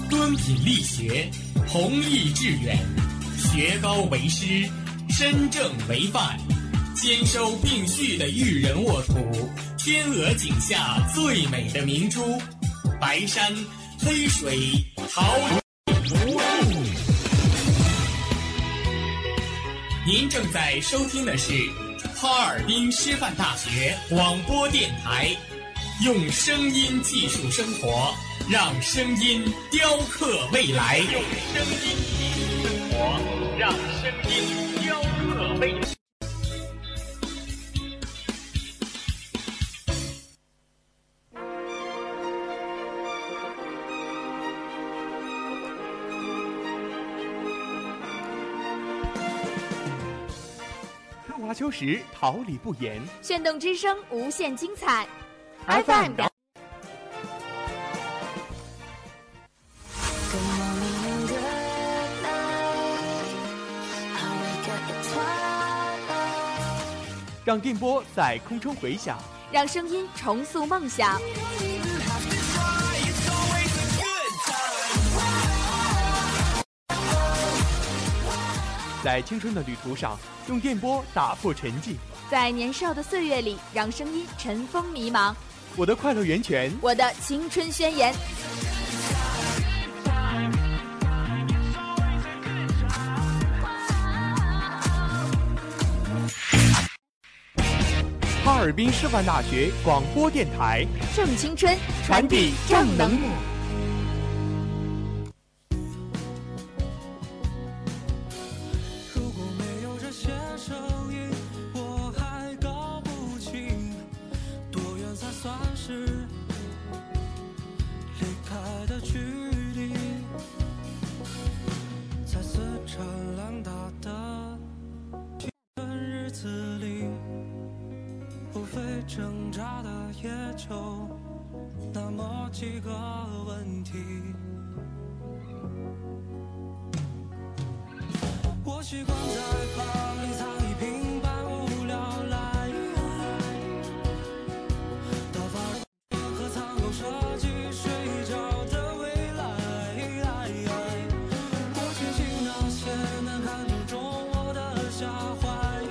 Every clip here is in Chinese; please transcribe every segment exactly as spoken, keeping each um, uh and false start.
敦品力学，弘毅致远，学高为师，身正为范，兼收并蓄的育人沃土，天鹅颈下最美的明珠，白山黑水桃源无数。您正在收听的是哈尔滨师范大学广播电台，用声音技术生活，让声音雕刻未来。用声音技术生活，让声音雕刻未来。 春华秋实，桃李不言。 炫动之声，无限精彩。 F M 表。让电波在空中回响， 让声音重塑梦想。 在青春的旅途上，用电波打破沉寂； 在年少的岁月里，让声音尘封迷茫。 我的快乐源泉， 我的青春宣言。 哈尔滨师范大学广播电台， 正青春， 传递正能量。 挣扎的也就那么几个问题，我习惯在房里藏一平板无聊来打发和苍狗设计睡觉的未来，我庆幸那些难堪正中我的下怀，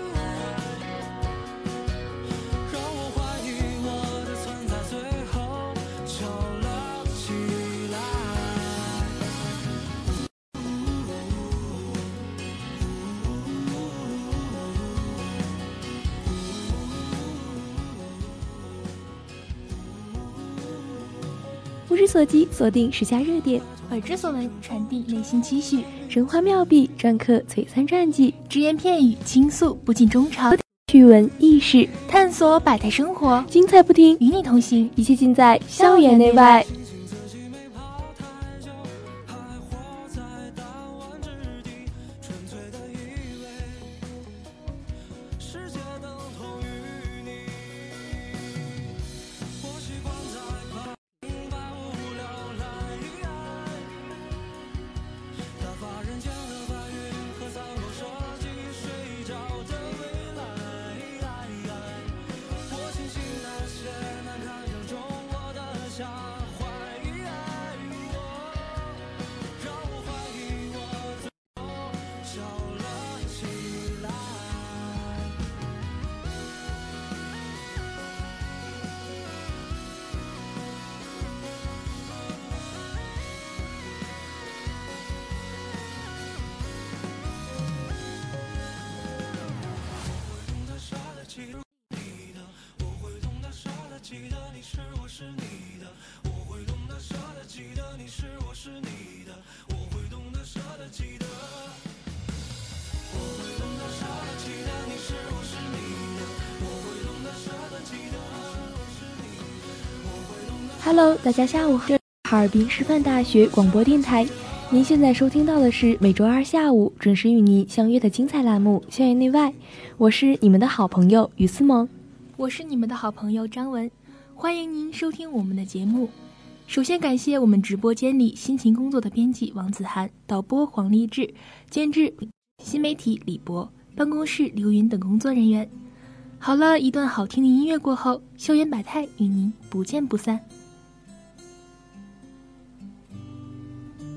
不知所及，锁定时下热点； 耳之所闻，传递内心期许。 神话妙笔，篆刻璀璨传记； 只言片语，倾诉不尽衷肠。 趣闻轶事， 探索百态生活， 精彩不停， 与你同行， 一切尽在校园内外。Hello， 大家下午好，哈尔滨师范大学广播电台。您现在收听到的是每周二下午准时与您相约的精彩栏目《校园内外》，我是你们的好朋友于思萌， 我是你们的好朋友张文，欢迎您收听我们的节目。首先感谢我们直播间里辛勤工作的编辑王子涵、导播黄立志、监制新媒体李博、办公室刘云等工作人员。好了，一段好听的音乐过后，校园百态与您不见不散。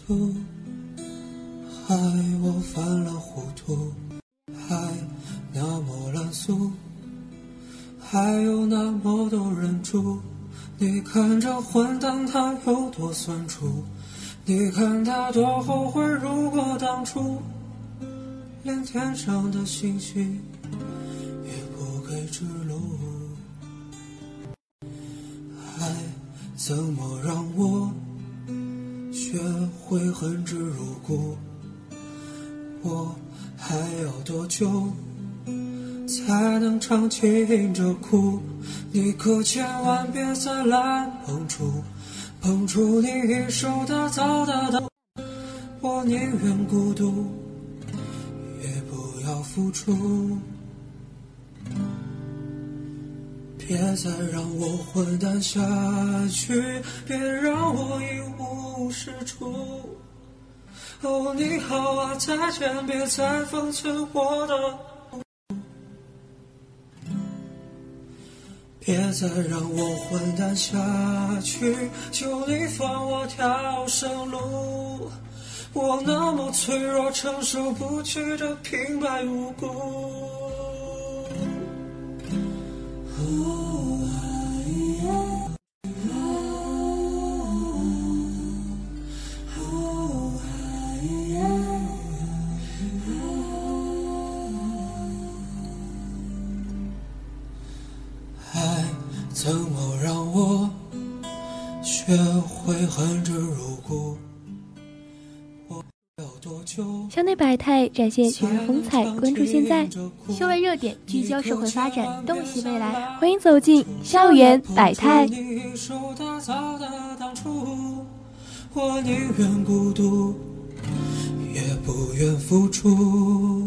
处，害我犯了糊涂，还那么烂俗，还有那么多人住。你看这混蛋他有多酸楚，你看他多后悔，如果当初连天上的星星也不给指路。爱怎么让我学会恨之入骨，我还要多久才能尝尽这苦？你可千万别再来碰触，碰触你一手打造的道，我宁愿孤独也不要付出。别再让我混蛋下去，别让我一无是处。哦，你好啊，再见，别再讽刺我的。别再让我混蛋下去，求你放我条生路。我那么脆弱，承受不起这平白无故。爱怎么让我学会恨之入骨？我要多久？ 校内百态展现学生风采，关注现在， 校外热点聚焦社会发展，洞悉未来。 欢迎走进校园百态。 我宁愿孤独，也不愿付出。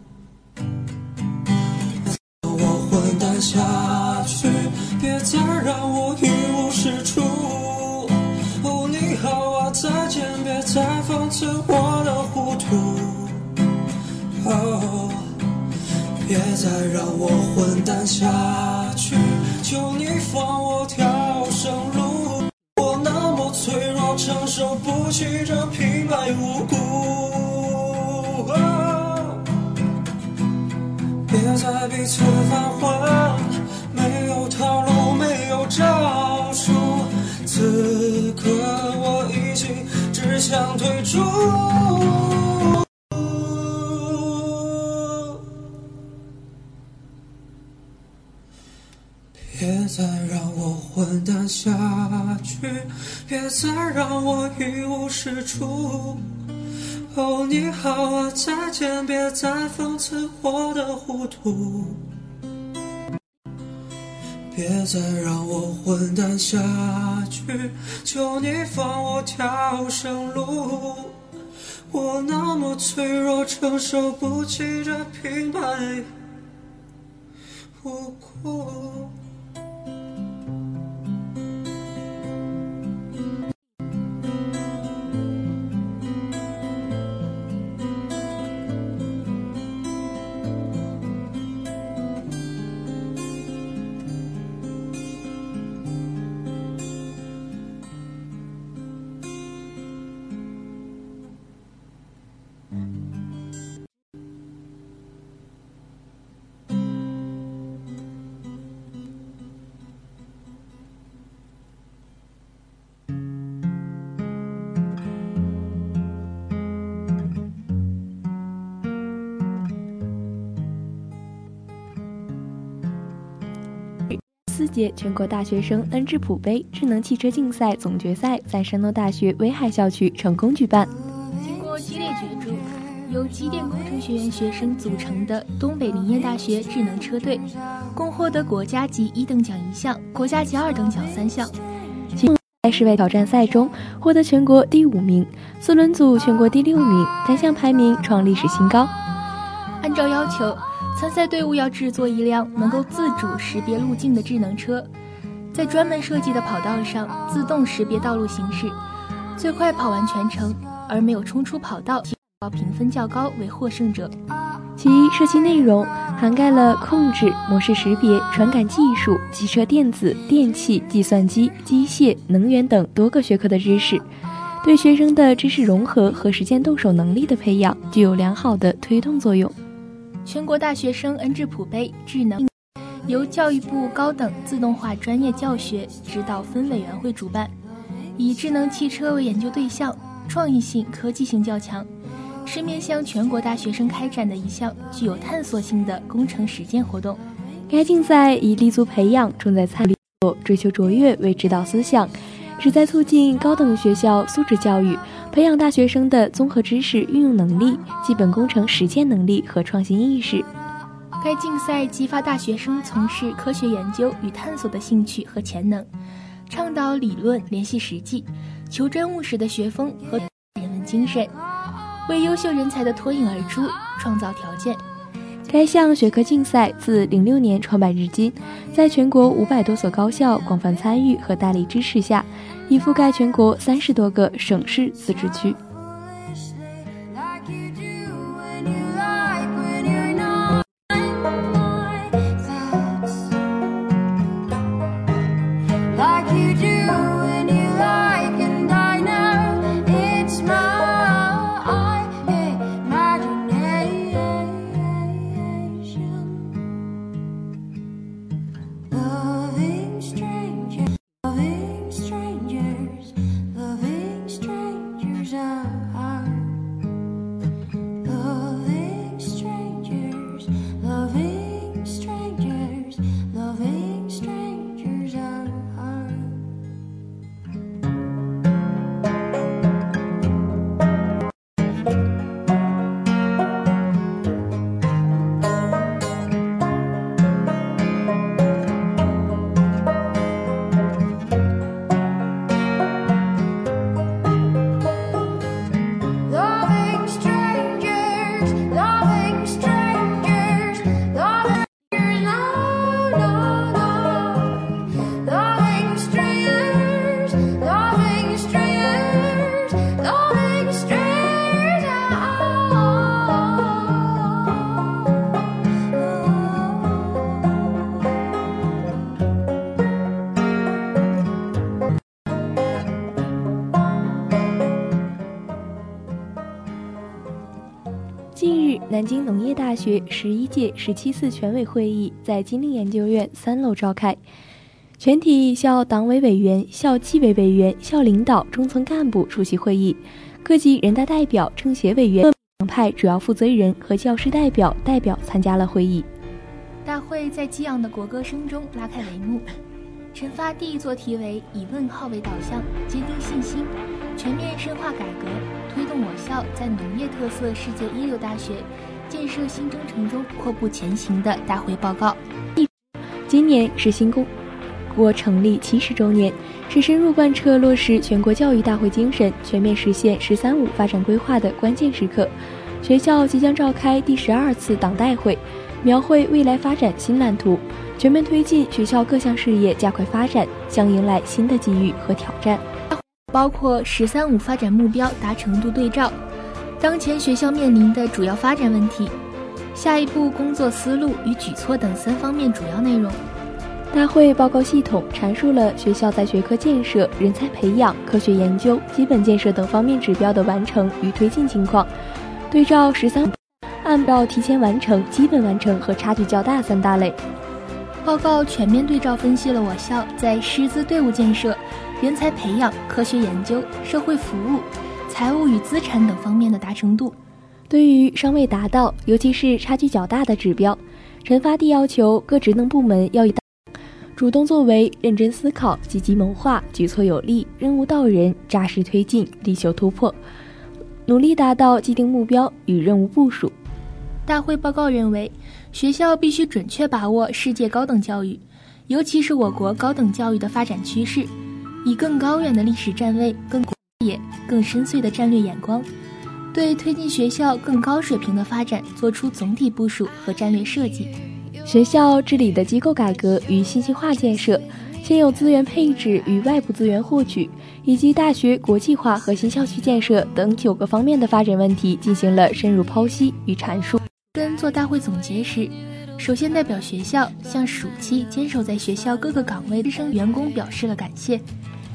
我混蛋下去，别再让我一无是处。哦，你好啊，再见，别再讽刺我的糊涂。哦，别再让我混蛋下去，求你放我条生路。我那么脆弱，承受不起这平白无故。哦，别再彼此返还，没有套路，没有招数。此刻我已经只想退出。别再让我混蛋下去，别再让我一无是处。哦，你好啊，再见，别再讽刺我的糊涂。别再让我混蛋下去，求你放我条生路。我那么脆弱，承受不起这平白无故。 四届全国大学生恩智浦杯智能汽车竞赛总决赛在山东大学威海校区成功举办。 经过激烈角逐，由机电工程学院学生组成的东北林业大学智能车队，共获得国家级一等奖一项，国家级二等奖三项。 其中在室外挑战赛中获得全国第五名，四轮组全国第六名，单项排名创历史新高。 按照要求，参赛队伍要制作一辆能够自主识别路径的智能车，在专门设计的跑道上自动识别道路形势，最快跑完全程而没有冲出跑道，评分较高为获胜者。 其设计内容涵盖了控制、模式识别、传感技术、机车电子、电气、计算机、机械、能源等多个学科的知识， 对学生的知识融合和实践动手能力的培养具有良好的推动作用。 全国大学生恩智浦杯智能由教育部高等自动化专业教学指导分委员会主办，以智能汽车为研究对象，创意性、科技性较强，是面向全国大学生开展的一项具有探索性的工程实践活动。 该竞赛以立足培养重在参与、追求卓越为指导思想，旨在促进高等学校素质教育，培养大学生的综合知识运用能力、基本工程实践能力和创新意识。 该竞赛激发大学生从事科学研究与探索的兴趣和潜能，倡导理论联系实际、求真务实的学风和人文精神，为优秀人才的脱颖而出创造条件。 该项学科竞赛自零六年创办至今，在全国五百多所高校广泛参与和大力支持下，已覆盖全国三十多个省市自治区。南京农业大学十一届十七次全委会议在金陵研究院三楼召开，全体校党委委员、校纪委委员、校领导、中层干部出席会议，各级人大代表、政协委员、党派主要负责人和教师代表代表参加了会议。 大会在激昂的国歌声中拉开帷幕。陈发第一座题为以问号为导向，坚定信心，全面深化改革，推动我校在农业特色世界一流大学建设新征程中阔步前行的大会报告。 今年是新中国成立七十周年，是深入贯彻落实全国教育大会精神、全面实现“十三五”发展规划的关键时刻。学校即将召开第十二次党代会，描绘未来发展新蓝图，全面推进学校各项事业加快发展，将迎来新的机遇和挑战。 包括“十三五”发展目标达成度对照，当前学校面临的主要发展问题，下一步工作思路与举措等三方面主要内容。 大会报告系统阐述了学校在学科建设、人才培养、科学研究、基本建设等方面指标的完成与推进情况，对照“十三五”，按照提前完成、基本完成和差距较大三大类。 报告全面对照分析了我校在师资队伍建设、人才培养、科学研究、社会服务、财务与资产等方面的达成度。 对于尚未达到，尤其是差距较大的指标，陈发地要求各职能部门要以主动作为，认真思考，积极谋划，举措有力，任务到人，扎实推进，力求突破，努力达到既定目标与任务部署。 大会报告认为，学校必须准确把握世界高等教育，尤其是我国高等教育的发展趋势，以更高远的历史站位、更广野、更深邃的战略眼光，对推进学校更高水平的发展做出总体部署和战略设计。 学校治理的机构改革与信息化建设、现有资源配置与外部资源获取，以及大学国际化和新校区建设等九个方面的发展问题进行了深入剖析与阐述。 跟做大会总结时，首先代表学校向暑期坚守在学校各个岗位的生员工表示了感谢，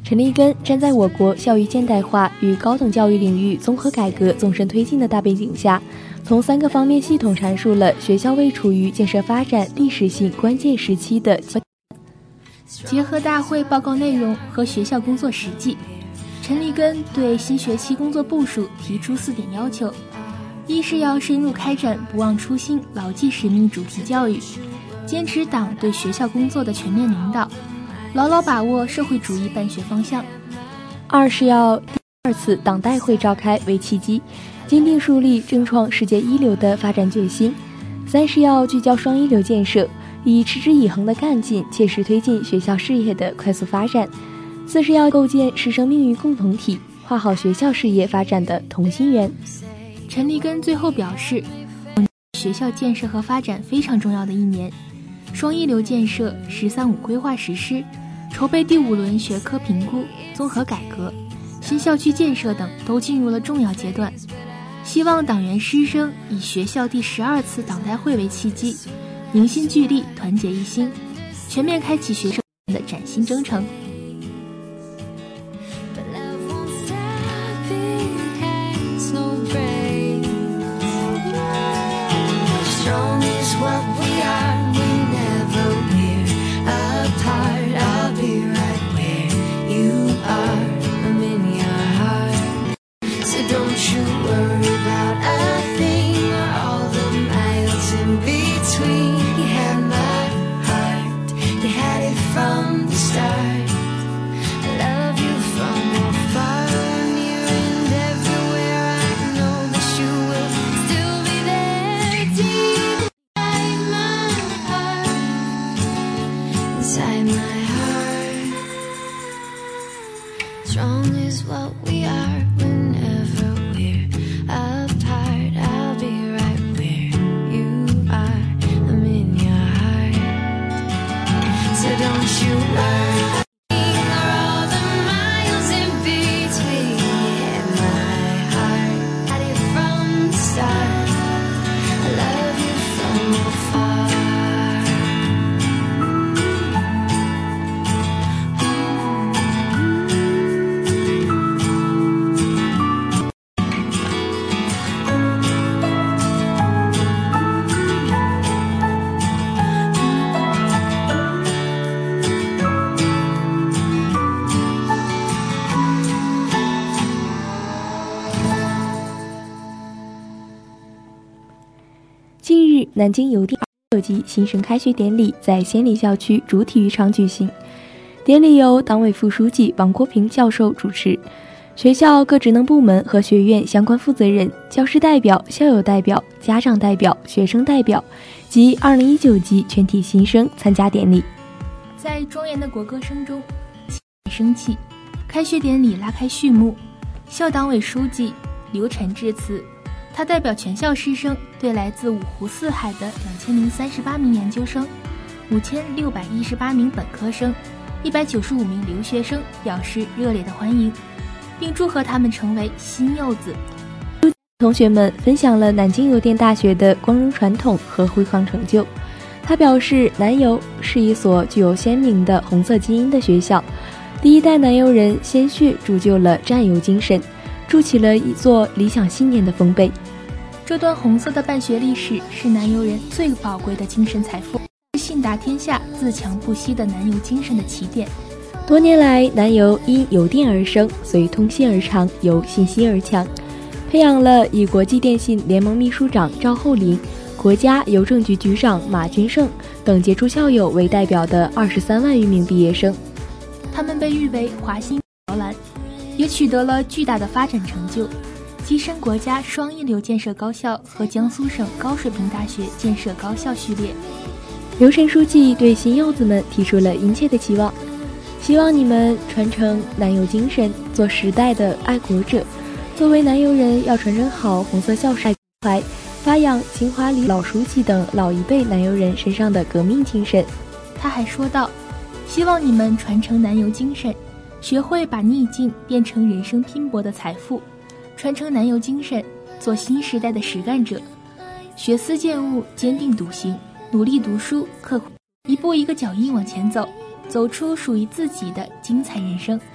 陈立根站在我国教育现代化与高等教育领域综合改革纵深推进的大背景下，从三个方面系统阐述了学校位处于建设发展历史性关键时期的。 结合大会报告内容和学校工作实际，陈立根对新学期工作部署提出四点要求：一是要深入开展不忘初心、牢记使命主题教育，坚持党对学校工作的全面领导，牢牢把握社会主义办学方向； 二是要第二次党代会召开为契机，坚定树立争创世界一流的发展决心；三是要聚焦双一流建设，以持之以恒的干劲，切实推进学校事业的快速发展；四是要构建师生命运共同体，画好学校事业发展的同心圆。 陈立根最后表示，学校建设和发展非常重要的一年，双一流建设、十三五规划实施、筹备第五轮学科评估、综合改革、新校区建设等都进入了重要阶段。希望党员师生以学校第十二次党代会为契机，凝心聚力，团结一心，全面开启学生的崭新征程。 南京邮电二级新生开学典礼在仙里校区主体育场举行，典礼由党委副书记王国平教授主持，学校各职能部门和学院相关负责人、教师代表、校友代表、家长代表、学生代表及二零一九级全体新生参加典礼。 在庄严的国歌声中，升起，开学典礼拉开序幕。校党委书记刘晨致辞。他代表全校师生对来自五湖四海的两千零三十八名研究生、五千六百一十八名本科生、一百九十五名留学生表示热烈的欢迎，并祝贺他们成为新柚子。 同学们分享了南京邮电大学的光荣传统和辉煌成就。他表示，南邮是一所具有鲜明的红色基因的学校，第一代南邮人鲜血铸就了战友精神，筑起了一座理想信念的丰碑。 这段红色的办学历史是南邮人最宝贵的精神财富，是信达天下、自强不息的南邮精神的起点。 多年来，南邮因邮电而生，随通信而长，由信息而强，培养了以国际电信联盟秘书长赵厚林、国家邮政局局长马君胜等杰出校友为代表的二十三万余名毕业生。 他们被誉为华新摇篮，也取得了巨大的发展成就，跻身国家双一流建设高校和江苏省高水平大学建设高校序列。 刘晨书记对新柚子们提出了殷切的期望，希望你们传承南邮精神，做时代的爱国者。作为南邮人，要传承好红色校史怀，发扬清华里老书记等老一辈南邮人身上的革命精神。 他还说道，希望你们传承南邮精神，学会把逆境变成人生拼搏的财富，传承南邮精神，做新时代的实干者，学思践悟，坚定笃行，努力读书，刻苦，一步一个脚印往前走，走出属于自己的精彩人生。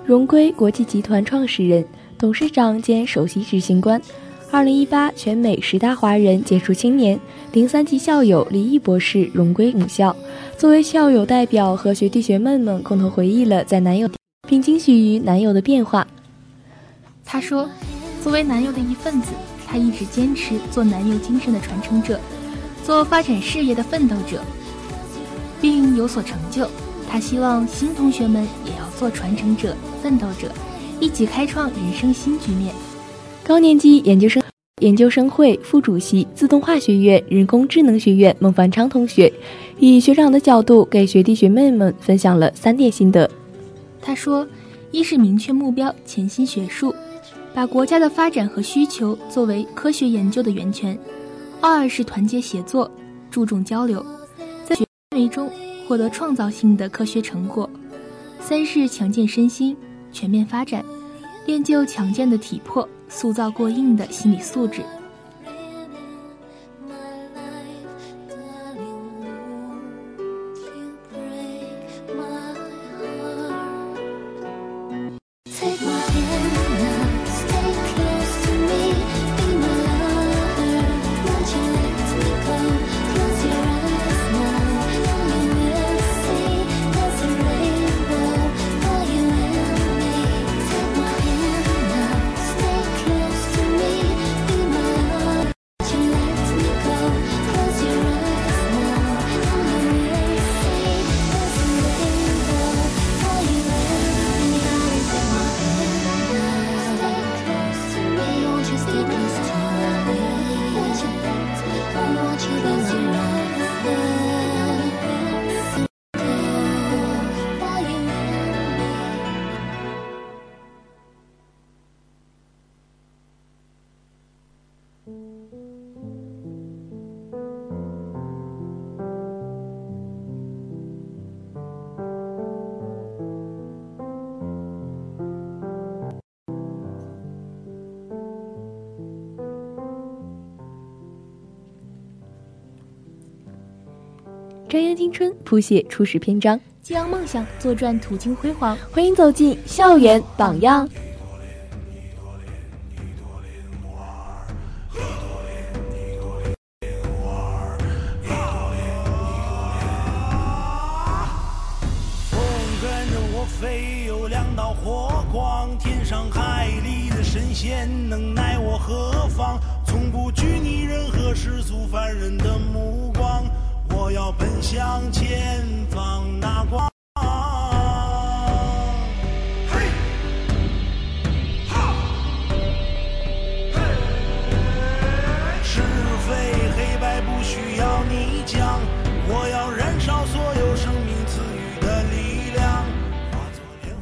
荣归国际集团创始人、董事长兼首席执行官，二零一八全美十大华人杰出青年，零三级校友李毅博士荣归母校。作为校友代表和学弟学妹们共同回忆了在男友，并惊喜于男友的变化。 他说，作为男友的一份子，他一直坚持做男友精神的传承者，做发展事业的奋斗者，并有所成就。他希望新同学们也要做传承者、奋斗者，一起开创人生新局面。 高年级研究生研究生会副主席、自动化学院人工智能学院孟凡昌同学，以学长的角度给学弟学妹们分享了三点心得。 他说，一是明确目标，潜心学术，把国家的发展和需求作为科学研究的源泉；二是团结协作，注重交流，在学氛围中获得创造性的科学成果；三是强健身心，全面发展，练就强健的体魄，塑造过硬的心理素质。 张扬青春，谱写初始篇章， 激扬梦想，作传途经辉煌。 欢迎走进校园榜样。 风跟着我飞，有两道火光，天上海里的神仙能奈我何妨？从不拘泥任何世俗凡人的目光，我要奔向前方那光。嘿，哈，嘿，是非黑白不需要你讲，我要燃烧所有生命赐予的力量，化作莲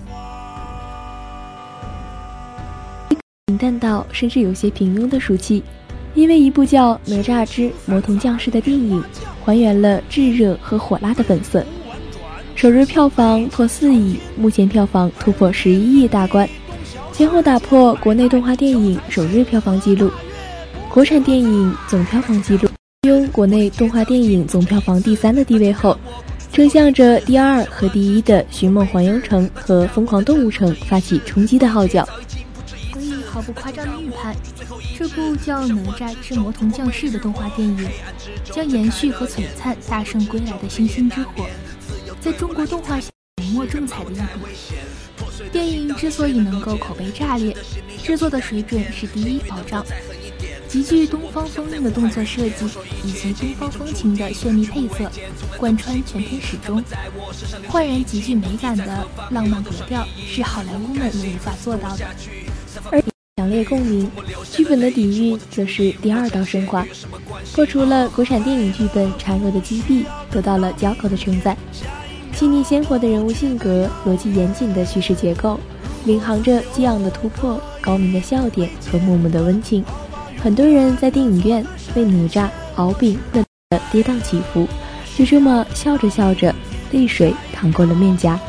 花。 平淡到甚至有些平庸的暑期，因为一部叫《哪吒之魔童降世》的电影，还原了炙热和火辣的本色。首日票房破四亿，目前票房突破十一亿大关，先后打破国内动画电影首日票房纪录，国产电影总票房纪录，拥国内动画电影总票房第三的地位后，正向着第二和第一的《寻梦环游城》和《疯狂动物城》发起冲击的号角。 可以毫不夸张地预判，这部叫《哪吒之魔童降世》的动画电影将延续和璀璨大圣归来的星星之火，在中国动画浓墨重彩的一笔。电影之所以能够口碑炸裂，制作的水准是第一保障，极具东方风韵的动作设计以及东方风情的绚丽配色贯穿全片始终，焕然极具美感的浪漫格调是好莱坞们也无法做到的。 而强烈共鸣，剧本的底蕴则是第二道升华，破除了国产电影剧本常有的积弊，得到了较高的称赞。细腻鲜活的人物性格，逻辑严谨的叙事结构，领航着激昂的突破，高明的笑点和默默的温情。很多人在电影院为哪吒、敖丙的跌宕起伏，就这么笑着笑着，泪水淌过了面颊，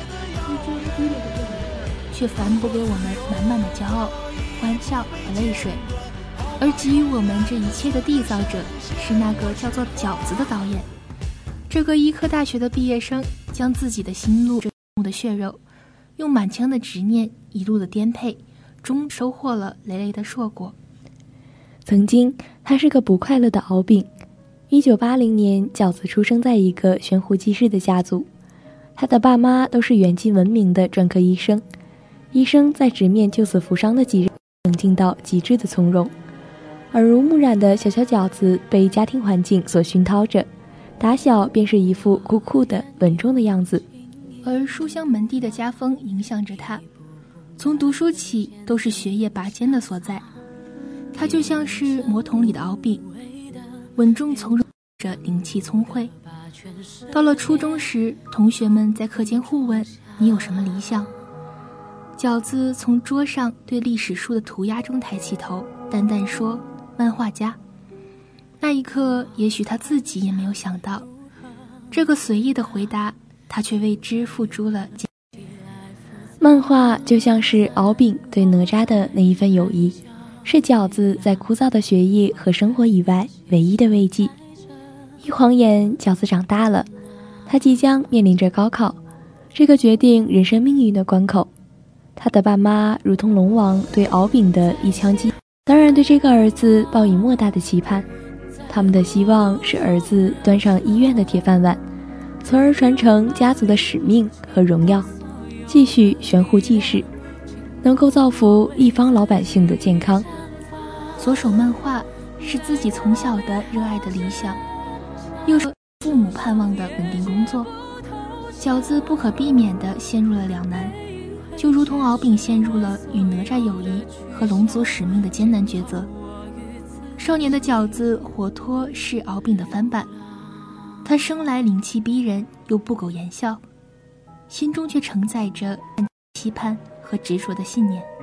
却反哺给我们满满的骄傲、欢笑和泪水。而给予我们这一切的缔造者是那个叫做饺子的导演。这个医科大学的毕业生将自己的心路的血肉用满腔的执念一路的颠沛，终收获了累累的硕果。 曾经他是个不快乐的敖丙。一九八零年，饺子出生在一个悬壶济世的家族，他的爸妈都是远近闻名的专科医生，医生在直面救死扶伤的急人，冷静到极致的从容。耳濡目染的小小饺子被家庭环境所熏陶着，打小便是一副酷酷的稳重的样子。 而书香门第的家风影响着他，从读书起都是学业拔尖的所在。他就像是魔桶里的敖丙，稳重从容着，灵气聪慧。到了初中时，同学们在课间互问你有什么理想，饺子从桌上对历史书的涂鸦中抬起头，淡淡说漫画家。那一刻也许他自己也没有想到，这个随意的回答他却为之付诸了。 漫画就像是敖丙对哪吒的那一份友谊，是饺子在枯燥的学业和生活以外唯一的慰藉。一晃眼，饺子长大了，他即将面临着高考，这个决定人生命运的关口。他的爸妈如同龙王对敖丙的一枪击，当然对这个儿子抱以莫大的期盼。他们的希望是儿子端上医院的铁饭碗，从而传承家族的使命和荣耀，继续悬壶济世，能够造福一方老百姓的健康。 左手漫画是自己从小的热爱的理想，右手父母盼望的稳定工作。饺子不可避免地陷入了两难，就如同敖丙陷入了与哪吒友谊和龙族使命的艰难抉择。少年的饺子活脱是敖丙的翻版，他生来灵气逼人，又不苟言笑，心中却承载着期盼和执着的信念。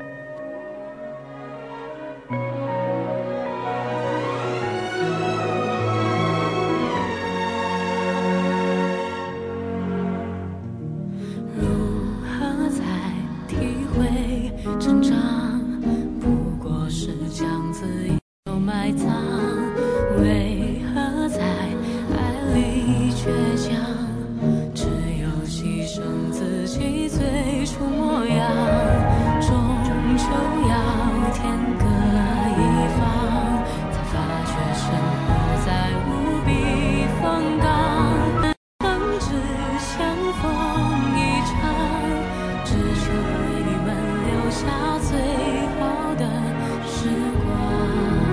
成长不过是将自由埋藏，为何在爱里倔强？只有牺牲自己最初模样，终究要天各一方，才发觉生活在无比风港，曾只相逢一场，只求为你们留下最好的时光。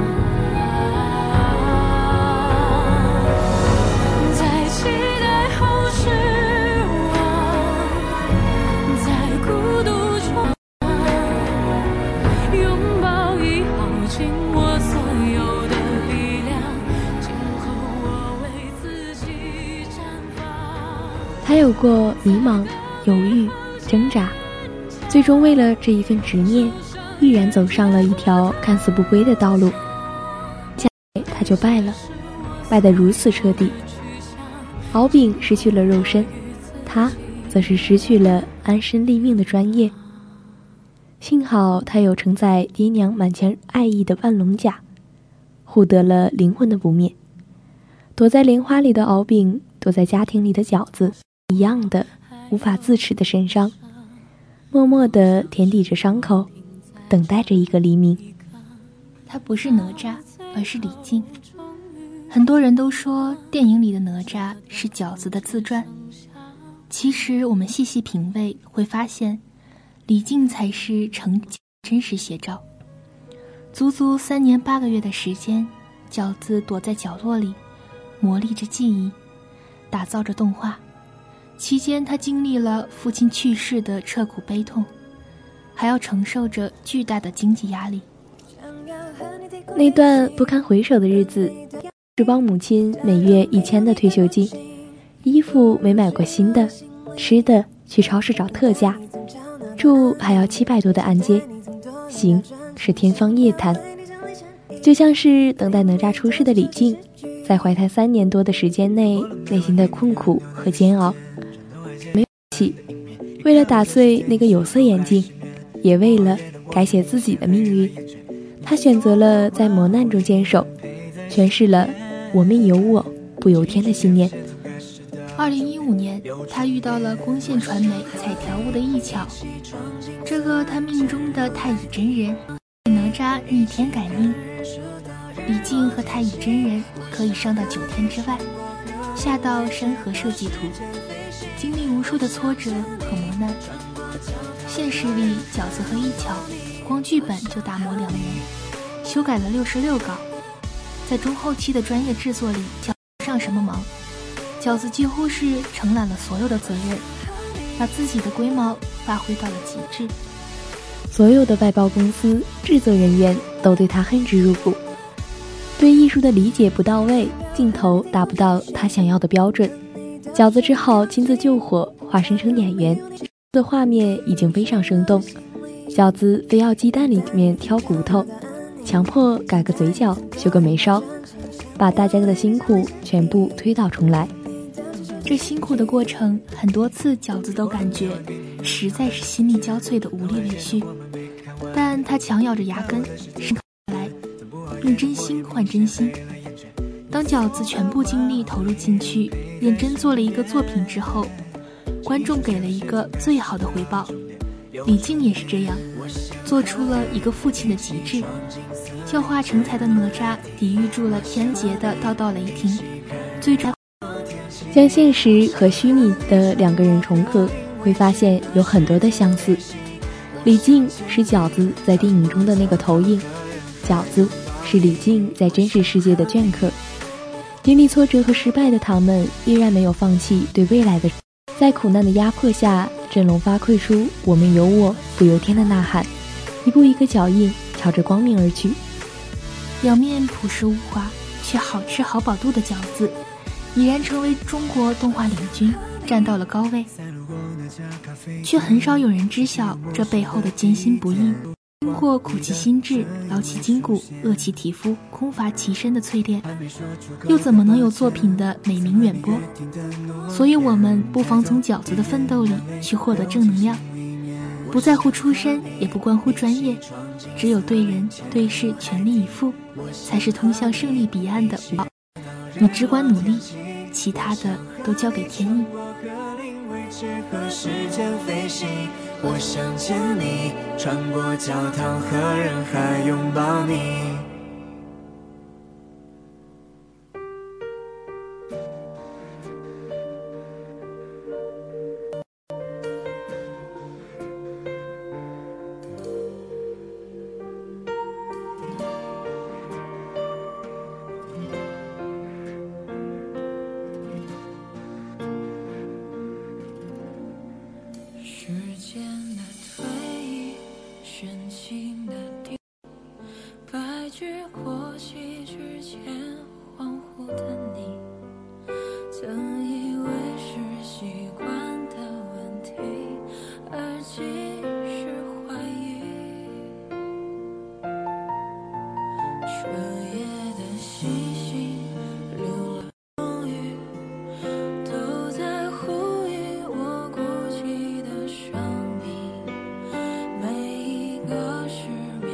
在期待后失望，在孤独中拥抱以后尽我所有的力量，今后我为自己绽放。 他有过迷茫、犹豫、挣扎，最终为了这一份执念，毅然走上了一条看似不归的道路。下来他就败了，败得如此彻底。敖丙失去了肉身，他则是失去了安身立命的专业。幸好他有承载爹娘满腔爱意的万龙甲，护得了灵魂的不灭。躲在莲花里的敖丙，躲在家庭里的饺子，一样的无法自持的身伤，默默地填抵着伤口，等待着一个黎明。 他不是哪吒，而是李靖。很多人都说电影里的哪吒是饺子的自传，其实我们细细品味会发现，李靖才是成真实写照。足足三年八个月的时间，饺子躲在角落里，磨砺着记忆，打造着动画。期间他经历了父亲去世的彻骨悲痛，还要承受着巨大的经济压力。 那段不堪回首的日子，是帮母亲每月一千的退休金，衣服没买过新的，吃的去超市找特价，住还要七百多的按揭，行是天方夜谭。就像是等待哪吒出世的李靖，在怀胎三年多的时间内，内心的困苦和煎熬。没有气，为了打碎那个有色眼镜，也为了改写自己的命运，他选择了在磨难中坚守，诠释了我命由我不由天的信念。 二零一五年，他遇到了光线传媒彩条屋的易巧，这个他命中的太乙真人，哪吒逆天改命。李靖和太乙真人可以上到九天之外，下到山河设计图，经历无数的挫折和磨难。现实里，饺子和易巧光剧本就打磨两年，修改了六十六稿，在中后期的专业制作里叫不上什么忙。饺子几乎是承揽了所有的责任，把自己的龟毛发挥到了极致。 所有的外包公司、制作人员都对他恨之入骨，对艺术的理解不到位，镜头达不到他想要的标准。饺子只好亲自救火，化身成演员。的画面已经非常生动，饺子非要鸡蛋里面挑骨头，强迫改个嘴角，修个眉梢，把大家的辛苦全部推倒重来。 这辛苦的过程，很多次饺子都感觉实在是心力交瘁的无力委屈，但他强咬着牙根生来，用真心换真心。当饺子全部精力投入进去，认真做了一个作品之后，观众给了一个最好的回报。李靖也是这样，做出了一个父亲的极致。教化成才的哪吒抵御住了天劫的道道雷霆，最终将现实和虚拟的两个人重合，会发现有很多的相似。李靖是饺子在电影中的那个投影，饺子是李靖在真实世界的镌刻。经历挫折和失败的他们依然没有放弃对未来的，在苦难的压迫下，振聋发聩出我们有我不由天的呐喊，一步一个脚印朝着光明而去。 表面朴实无华却好吃好饱肚的饺子，已然成为中国动画领军，站到了高位，却很少有人知晓这背后的艰辛不易。经过苦其心志、劳其筋骨、饿其体肤、空乏其身的淬炼，又怎么能有作品的美名远播？所以我们不妨从饺子的奋斗里去获得正能量，不在乎出身，也不关乎专业，只有对人对事全力以赴，才是通向胜利彼岸的武道。你只管努力，其他的都交给天意。 和时间飞行，我想见你，穿过教堂和人海，拥抱你。 每一个是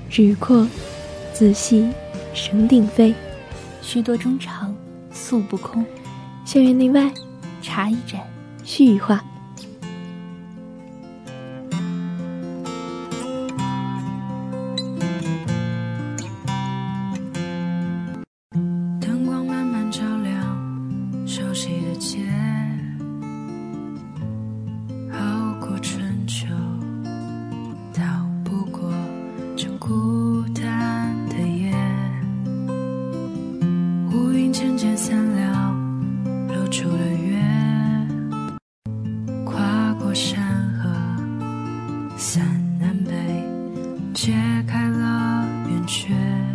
日阔自细声鼎沸， 许多衷肠诉不空。 校园内外茶一盏， 絮一话。 灯光慢慢照亮熟悉的街，熬过春秋，逃不过这孤单的夜。乌云渐渐散了，露出了月，跨过山河，散南北，揭开了圆缺。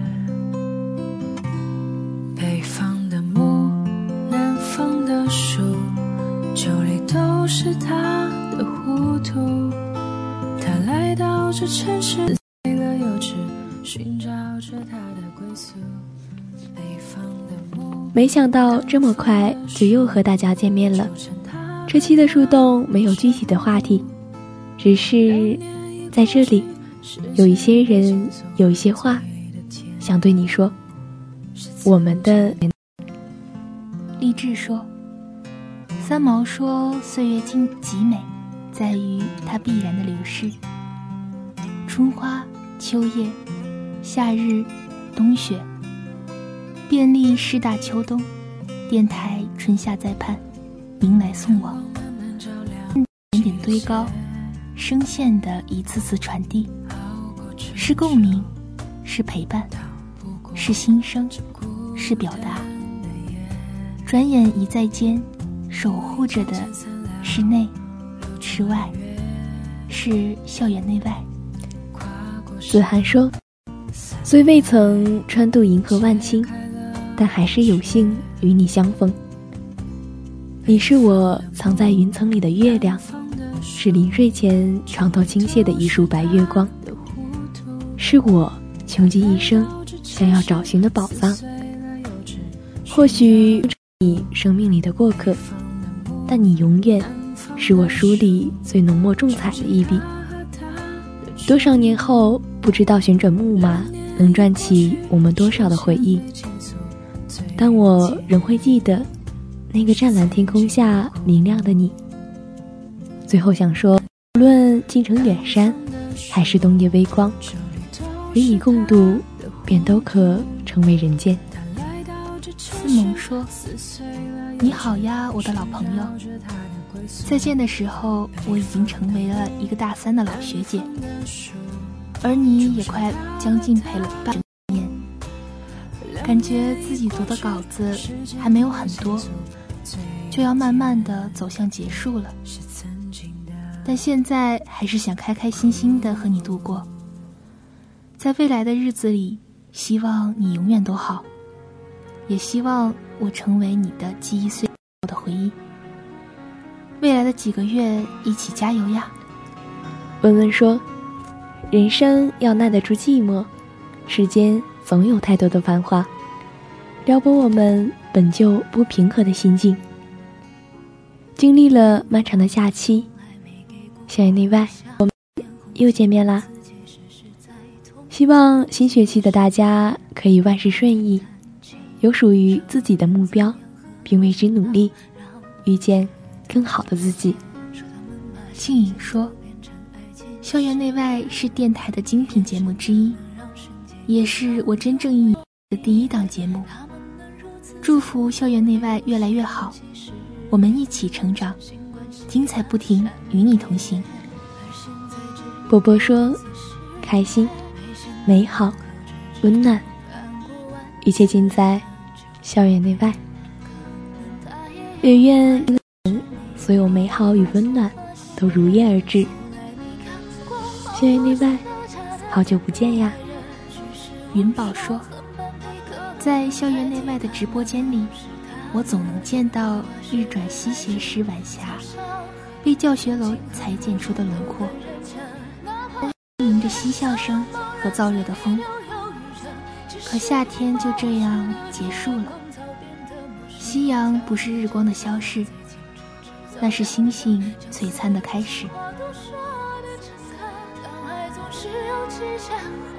北方的木，南方的树，酒里都是他的糊涂。他来到这城市，醉了又知，寻找着他的归宿。北方的木， 没想到这么快就又和大家见面了。这期的树洞没有具体的话题，只是在这里有一些人，有一些话想对你说。我们的励志说，三毛说岁月静极美，在于它必然的流逝。春花秋叶，夏日冬雪，便利师大秋冬，电台春夏在畔，迎来送往，点点堆高，声线的一次次传递，是共鸣，是陪伴，是心声，是表达。转眼已在间，守护着的是内是外，是校园内外。 子涵说，虽未曾穿渡银河万顷，但还是有幸与你相逢。你是我藏在云层里的月亮，是临睡前床头倾泻的一束白月光，是我穷极一生想要找寻的宝藏。或许你生命里的过客，但你永远是我书里最浓墨重彩的一笔。多少年后，不知道旋转木马能转起我们多少的回忆，但我仍会记得那个湛蓝天空下明亮的你。最后想说，无论京城远山还是冬夜微光，与你共度便都可成为人间。 思萌说，你好呀，我的老朋友。再见的时候，我已经成为了一个大三的老学姐，而你也快将近陪了半年，感觉自己读的稿子还没有很多，就要慢慢的走向结束了。但现在还是想开开心心的和你度过，在未来的日子里，希望你永远都好，也希望我成为你的记忆岁月的回忆。未来的几个月一起加油呀。 文文说，人生要耐得住寂寞，世间总有太多的繁华，撩拨我们本就不平和的心境。经历了漫长的假期，校园内外我们又见面啦。希望新学期的大家可以万事顺意，有属于自己的目标，并为之努力，遇见更好的自己。 庆颖说，校园内外是电台的精品节目之一，也是我真正意义的第一档节目。祝福校园内外越来越好，我们一起成长，精彩不停，与你同行。 波波说，开心美好温暖，一切尽在校园内外。也愿所有美好与温暖都如约而至。校园内外，好久不见呀。 云宝说，在校园内外的直播间里，我总能见到日转西斜时晚霞被教学楼裁剪出的轮廓，迎着嬉笑声和燥热的风。可夏天就这样结束了，夕阳不是日光的消逝，那是星星璀璨的开始。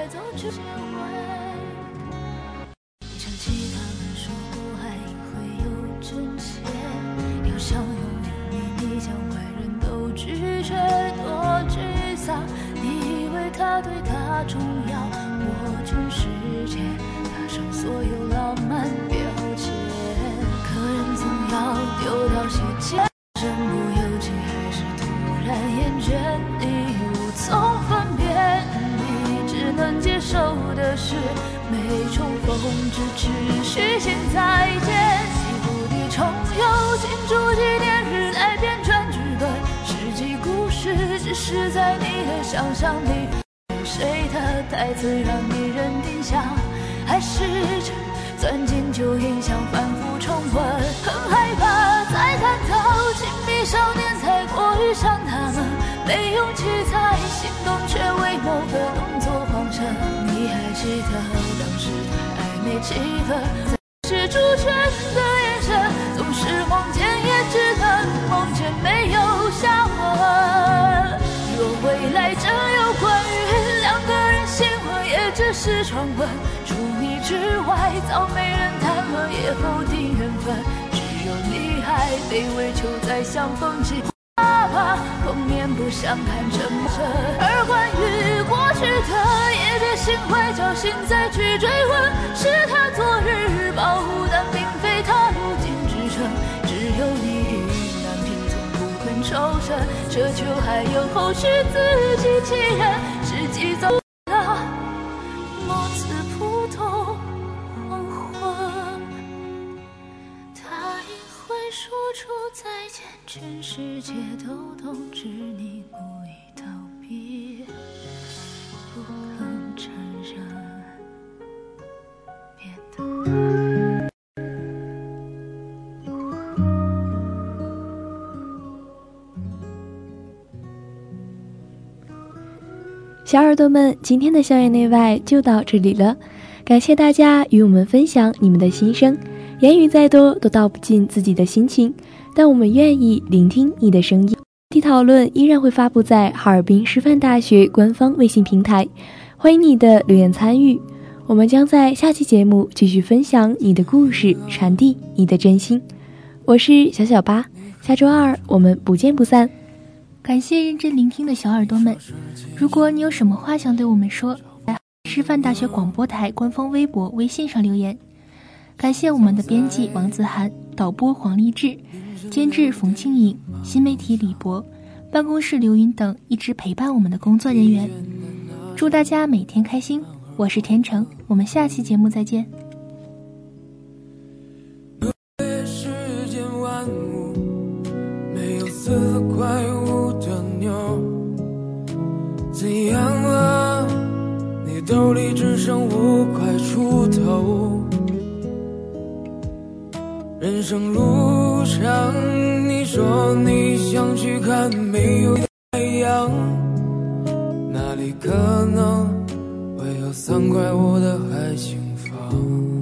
走去结尾。想起他们说过爱会有真切，要想拥有你，你将外人都拒绝，多沮丧。你以为他对他重要，握全世界，踏上所有浪漫标签。可人总要丢掉些坚，身不由己还是突然厌倦，你无从分辨，你只能接受的是每重逢只持续先再见。西湖的重游，庆祝纪念日，在编撰剧本，世纪故事只是在你的想象里。有谁的台词让你认定下还是真，钻进旧印象反复重温，很害怕再看到亲密少年才过于像他们，没勇气再心动，却为某个动作慌神。你还记得当时的暧昧气氛，是主权的眼神，总是梦见也只能梦见，没有下文。若未来真有关于两个人新闻，也只是传闻，除你之外早没人谈论，也否定缘分，只有你还卑微求再相逢机会。怕怕碰面不想看沉默，而关于过去的也别心怀侥幸再去追问，是他昨日保护，但并非他如今支撑，只有你意难平，总不肯抽身，这就还有后续自己欺人，自己走了某次普通黄昏，他也会说出再见，全世界都懂，只你故意逃避，不肯承认，别等。 小耳朵们，今天的校园内外就到这里了，感谢大家与我们分享你们的心声，言语再多都道不尽自己的心情，但我们愿意聆听你的声音。题讨论依然会发布在哈尔滨师范大学官方微信平台，欢迎你的留言参与。我们将在下期节目继续分享你的故事，传递你的真心。我是小小八，下周二我们不见不散。 感谢认真聆听的小耳朵们，如果你有什么话想对我们说，在师范大学广播台官方微博、微信上留言。感谢我们的编辑王子涵，导播黄丽志，监制冯庆颖，新媒体李博，办公室刘云等一直陪伴我们的工作人员。祝大家每天开心，我是田成，我们下期节目再见。 世间万物没有四块五的牛，怎样了？你兜里只剩五块出头。人生路上，你说你想去看没有太阳，那里可能会有三块五的海景房。